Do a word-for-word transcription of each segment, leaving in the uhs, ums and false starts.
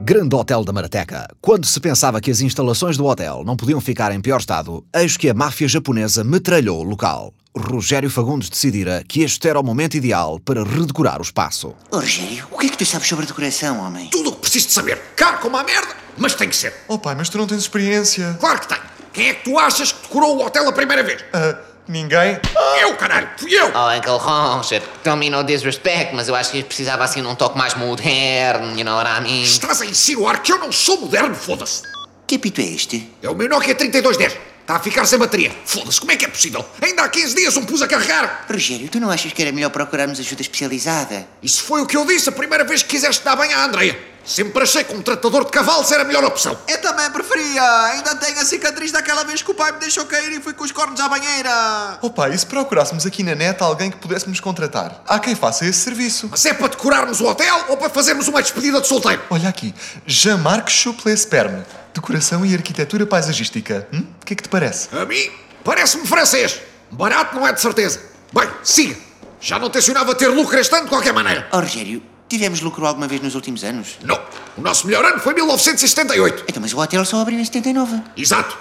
Grande Hotel da Marateca. Quando se pensava que as instalações do hotel não podiam ficar em pior estado, eis que a máfia japonesa metralhou o local. Rogério Fagundes decidira que este era o momento ideal para redecorar o espaço. Oh, Rogério, o que é que tu sabes sobre decoração, homem? Tudo o que preciso de saber. Caro como a merda, mas tem que ser. Oh pai, mas tu não tens experiência. Claro que tenho. Quem é que tu achas que decorou o hotel a primeira vez? Ah, ninguém? Eu, caralho, fui eu. Oh, Uncle Roger, don't mean no disrespect, mas eu acho que precisava assim de um toque mais moderno, you know what I mean? Estás a insinuar que eu não sou moderno, foda-se. Que apito é este? É o meu Nokia trinta e dois dez. Está a ficar sem bateria. Foda-se, como é que é possível? Ainda há quinze dias um pus a carregar. Rogério, tu não achas que era melhor procurarmos ajuda especializada? Isso foi o que eu disse a primeira vez que quiseste dar bem à Andreia. Sempre achei que um tratador de cavalos era a melhor opção. Eu também preferia. Ainda tenho a cicatriz daquela vez que o pai me deixou cair e fui com os cornos à banheira. Oh pai, e se procurássemos aqui na net alguém que pudéssemos contratar? Há quem faça esse serviço. Mas é para decorarmos o hotel ou para fazermos uma despedida de solteiro? Olha aqui, Jean-Marc Chouplé-Sperme. Decoração e arquitetura paisagística. Hum? O que é que te parece? A mim, parece-me francês. Barato não é de certeza. Bem, siga. Já não tencionava ter lucro este ano de qualquer maneira. Oh, Rogério, tivemos lucro alguma vez nos últimos anos? Não. O nosso melhor ano foi mil novecentos e setenta e oito. Então, mas o hotel só abriu em setenta e nove. Exato.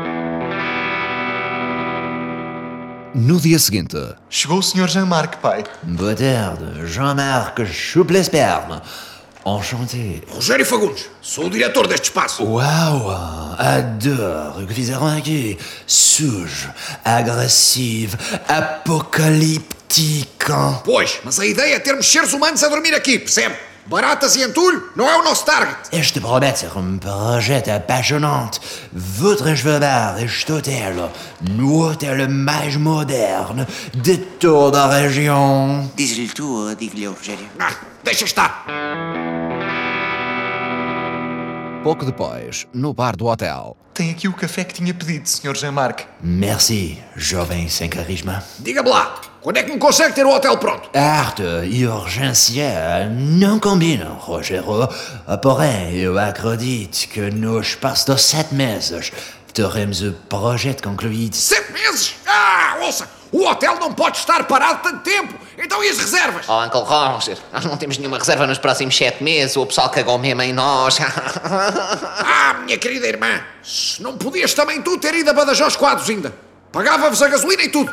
No dia seguinte... Chegou o senhor Jean-Marc, pai. Boa tarde, Jean-Marc Chouplé-Sperme. Enchanté. Rogério Fagundes, sou o diretor deste espaço. Uau, adoro o que fizeram aqui. Sujo, agressivo, apocalíptico. Pois, mas a ideia é termos seres humanos a dormir aqui, percebe? Baratas e entulho não é o nosso target. Este promete ser um projeto apaixonante. Vou transformar este hotel no hotel mais moderno de toda a região. Diz-lhe tu ou digo-lhe eu, Rogério? Ah, deixa estar. Pouco depois, no bar do hotel... Tem aqui o café que tinha pedido, senhor Jean-Marc. Merci, jovem sem carisma. Diga-me lá, quando é que me consegue ter o hotel pronto? Arte e urgência não combinam, Rogério. Porém, eu acredito que no espaço de sete meses teremos o projeto concluído. Sete meses? Ah, ouça, o hotel não pode estar parado tanto tempo. Então e as reservas? Oh, Uncle Roger, nós não temos nenhuma reserva nos próximos sete meses, o pessoal cagou mesmo em nós. Ah, minha querida irmã, se não podias também tu ter ido a Badajoz quadros ainda. Pagava-vos a gasolina e tudo.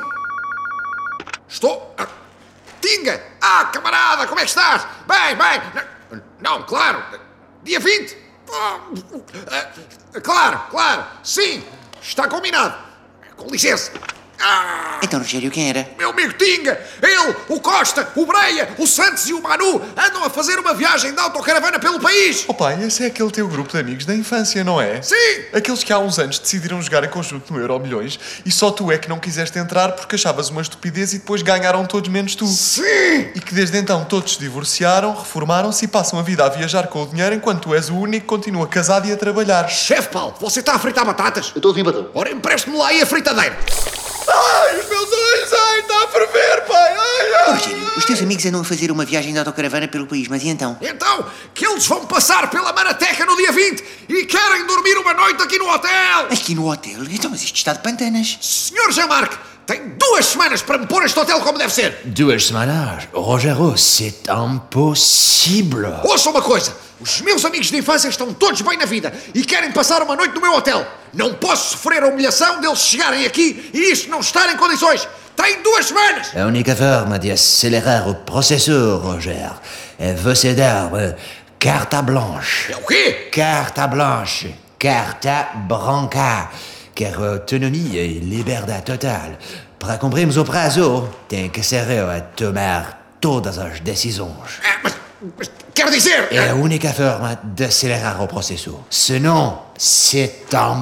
Estou... Ah, Tinga! Ah, camarada, como é que estás? Bem, bem... Não, claro. Dia vinte? Ah, ah, claro, claro. Sim, está combinado. Com licença. Ah, Então, Rogério, quem era? meu amigo Tinga, ele, o Costa, o Breia, o Santos e o Manu andam a fazer uma viagem de autocaravana pelo país. Oh pai, esse é aquele teu grupo de amigos da infância, não é? Sim. Aqueles que há uns anos decidiram jogar em conjunto no Euro Milhões e só tu é que não quiseste entrar porque achavas uma estupidez e depois ganharam todos menos tu. Sim. E que desde então todos se divorciaram, reformaram-se e passam a vida a viajar com o dinheiro enquanto tu és o único que continua casado e a trabalhar. Chefe Paulo, você está a fritar batatas? Eu estou a ouvir, patrão. Ora, empreste-me lá aí a fritadeira. Ai, os meus olhos! Ai, está a ferver, pai! Ai, Oh, ai! Rogério, os teus amigos andam a fazer uma viagem de autocaravana pelo país, mas e então? Então, que eles vão passar pela Marateca no dia vinte e querem dormir uma noite aqui no hotel. Aqui no hotel? Então, mas isto está de pantanas. Senhor Jean-Marc, tem duas semanas para me pôr este hotel como deve ser. Duas semanas? Rogério, c'est impossible. Ouça uma coisa, os meus amigos de infância estão todos bem na vida e querem passar uma noite no meu hotel. Não posso sofrer a humilhação deles chegarem aqui e isto não estar em condições. Tem duas semanas. A única forma de acelerar o processo, Roger, é você dar uh, carta blanche. É o quê? Carta blanche. Carta branca. Quer autonomia e liberdade total. Para cumprirmos o prazo, tem que ser eu a tomar todas as decisões. É, mas, mas quer dizer... É a única forma de acelerar o processo. Senão, c'est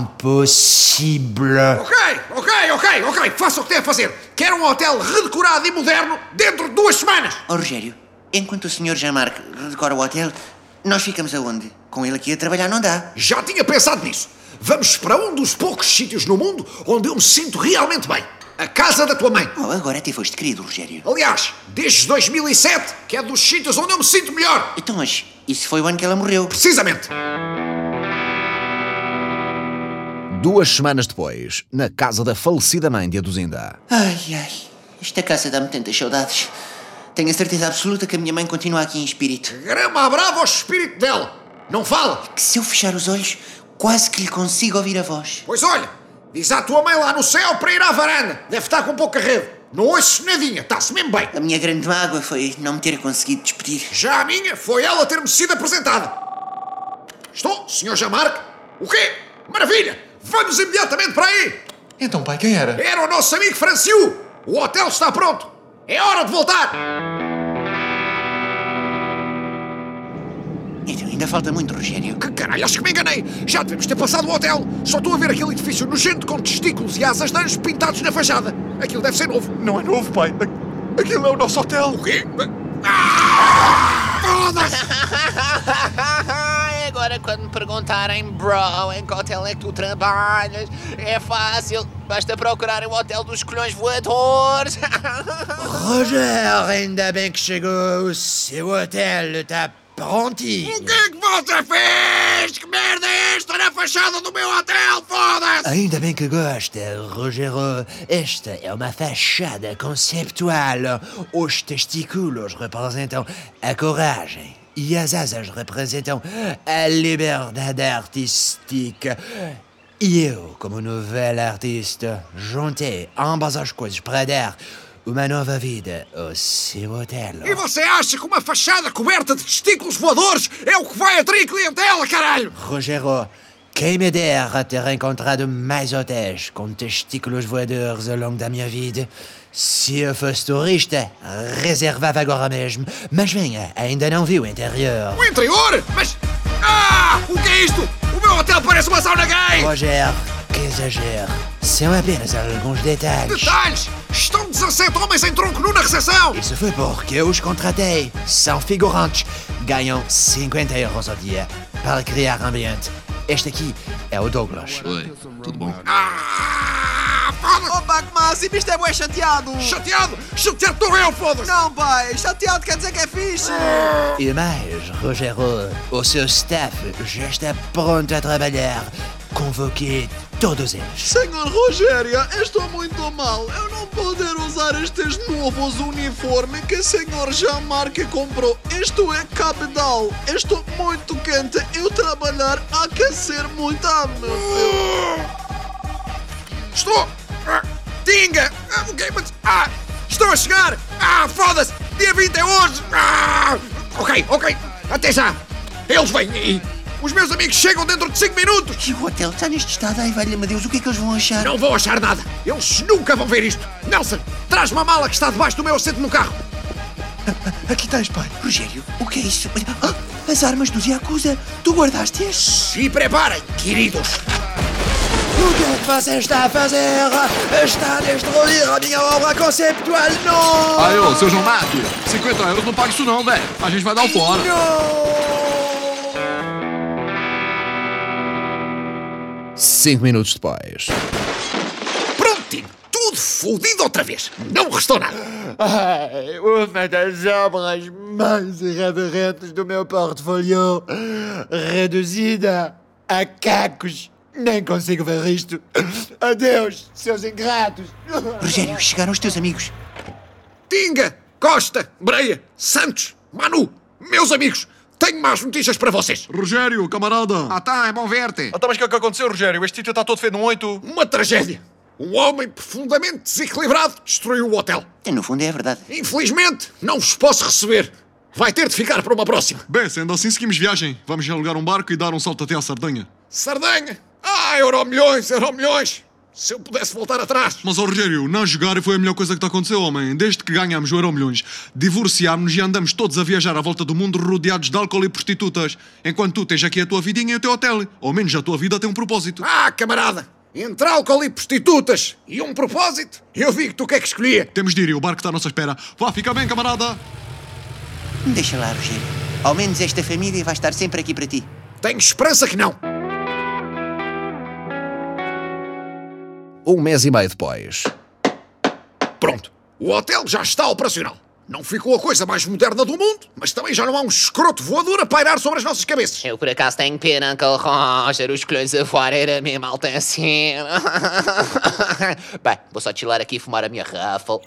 impossible. Ok, ok, ok, ok, faça o que tem a fazer. Quero um hotel redecorado e moderno dentro de duas semanas. Oh, Rogério, enquanto o senhor Jean-Marc redecora o hotel, nós ficamos aonde? Com ele aqui a trabalhar não dá. Já tinha pensado nisso. Vamos para um dos poucos sítios no mundo onde eu me sinto realmente bem. A casa da tua mãe. Oh, agora até foste querido, Rogério. Aliás, desde dois mil e sete, que é dos sítios onde eu me sinto melhor. Então, mas isso foi o ano que ela morreu. Precisamente. Duas semanas depois, na casa da falecida mãe de Aduzinda. Ai, ai, esta casa dá-me tantas saudades. Tenho a certeza absoluta que a minha mãe continua aqui em espírito. Grama brava ao espírito dela. Não fala? Que se eu fechar os olhos, quase que lhe consigo ouvir a voz. Pois olha, diz à tua mãe lá no céu para ir à varanda. Deve estar com pouca rede. Não ouço nadinha, está-se mesmo bem. A minha grande mágoa foi não me ter conseguido despedir. Já a minha foi ela ter-me sido apresentada. Estou, senhor Jean-Marc? O quê? Maravilha! Vamos imediatamente para aí! Então, pai, quem era? Era o nosso amigo Franciu! O hotel está pronto! É hora de voltar! Então ainda falta muito, Rogério. Que caralho, acho que me enganei! Já devemos ter passado o hotel! Só estou a ver aquele edifício nojento com testículos e asas de anjos pintados na fachada. Aquilo deve ser novo. Não é novo, pai. Aquilo é o nosso hotel. O quê? Ah! Foda-se! Agora quando me perguntarem, bro, em que hotel é que tu trabalhas, é fácil. Basta procurar o hotel dos colhões voadores. Roger, ainda bem que chegou. O seu hotel está prontinho. O que é que você fez? Que merda é esta na fachada do meu hotel? Foda-se! Ainda bem que gosta, Rogero. Esta é uma fachada conceptual. Os testículos representam a coragem e as asas representam a liberdade artística. E eu, como novel artista, juntei ambas as coisas para dar uma nova vida ao seu hotel. E você acha que uma fachada coberta de testículos voadores é o que vai atrair clientela, caralho? Rogero, quem me dera ter encontrado mais hotéis com testículos voadores ao longo da minha vida. Se eu fosse turista, reservava agora mesmo. Mas venha, ainda não viu o interior. O interior? Mas... Ah! O que é isto? O meu hotel parece uma sauna gay! Roger, que exagero. São apenas alguns detalhes. Detalhes! Estão dezassete homens em tronco nu na recepção! Isso foi porque eu os contratei. São figurantes. Ganham cinquenta euros ao dia para criar ambiente. Este aqui é o Douglas. Oi, tudo bom? Ah! Foda-se! Opa, que massa, isto é bué chateado. Chateado? Chateado estou eu, foda-se! Não, pai, chateado quer dizer que é fixe. E mais, Rogero, o seu staff já está pronto a trabalhar. Convoquei todos eles. Senhor Rogério, estou muito mal. Eu não poder usar estes novos uniformes que o senhor Jean-Marc comprou. Isto é cabedal. Estou muito quente. Eu trabalhar a aquecer muito. Ah, meu Deus. Estou... Ah, Tinga! Ah, ok, mas... Ah! Estou a chegar! Ah, foda-se! Dia vinte é hoje! Ah! Ok, ok. Até já. Eles vêm aí. Os meus amigos chegam dentro de cinco minutos. E o hotel está neste estado? Ai, valha-me Deus, o que é que eles vão achar? Não vão achar nada. Eles nunca vão ver isto. Nelson, traz-me a mala que está debaixo do meu assento no carro. Aqui tens, pai. Rogério, o que é isso? Ah, as armas dos Yakuza. Tu guardaste-as? Se preparem, queridos. O que é que você está a fazer? Está a destruir a minha obra conceptual, não! Aí, ô, seu João Marc, cinquenta euros não paga isso não, velho. A gente vai dar o fora. Cinco minutos depois. Prontinho, tudo fodido outra vez. Não restou nada. Ai, uma das obras mais irreverentes do meu portfólio, reduzida a cacos. Nem consigo ver isto. Adeus, seus ingratos. Rogério, chegaram os teus amigos. Tinga, Costa, Breia, Santos, Manu, meus amigos, tenho más notícias para vocês. Rogério, camarada. Ah tá, é bom ver-te. Então, mas o que é que aconteceu, Rogério? Este sítio está todo feito num oito. Uma tragédia. Um homem profundamente desequilibrado destruiu o hotel. E, no fundo é a verdade. Infelizmente, não vos posso receber. Vai ter de ficar para uma próxima. Bem, sendo assim, seguimos viagem. Vamos alugar um barco e dar um salto até à Sardenha. Sardenha? Ah, euro-milhões, euro-milhões. Se eu pudesse voltar atrás. Mas, ó Rogério, não jogar foi a melhor coisa que te aconteceu, homem. Desde que ganhámos o Euro-Milhões, divorciámos-nos e andamos todos a viajar à volta do mundo rodeados de álcool e prostitutas. Enquanto tu tens aqui a tua vidinha e o teu hotel. Ao menos a tua vida tem um propósito. Ah, camarada. Entre álcool e prostitutas e um propósito, eu digo-te o que é que escolhia. Temos de ir e o barco está à nossa espera. Vá, fica bem, camarada. Deixa lá, Rogério. Ao menos esta família vai estar sempre aqui para ti. Tenho esperança que não. Um mês e meio depois. Pronto, o hotel já está operacional. Não ficou a coisa mais moderna do mundo, mas também já não há um escroto voador a pairar sobre as nossas cabeças. Eu por acaso tenho pena, Uncle Roger, os colhões a voar era mesmo alta assim. Bem, vou só chilar aqui e fumar a minha Ruffle.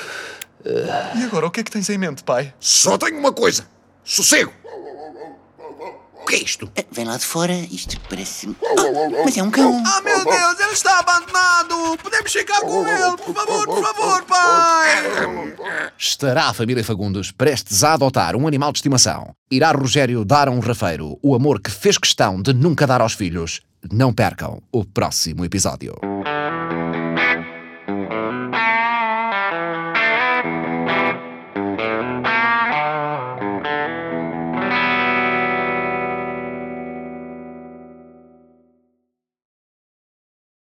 E agora, o que é que tens em mente, pai? Só tenho uma coisa: sossego. que é isto? Ah, vem lá de fora, isto parece... Ah, mas é um cão. Ah, meu Deus, ele está abandonado! Podemos ficar com ele, por favor, por favor, pai! Estará a família Fagundes prestes a adotar um animal de estimação? Irá Rogério dar a um rafeiro o amor que fez questão de nunca dar aos filhos? Não percam o próximo episódio.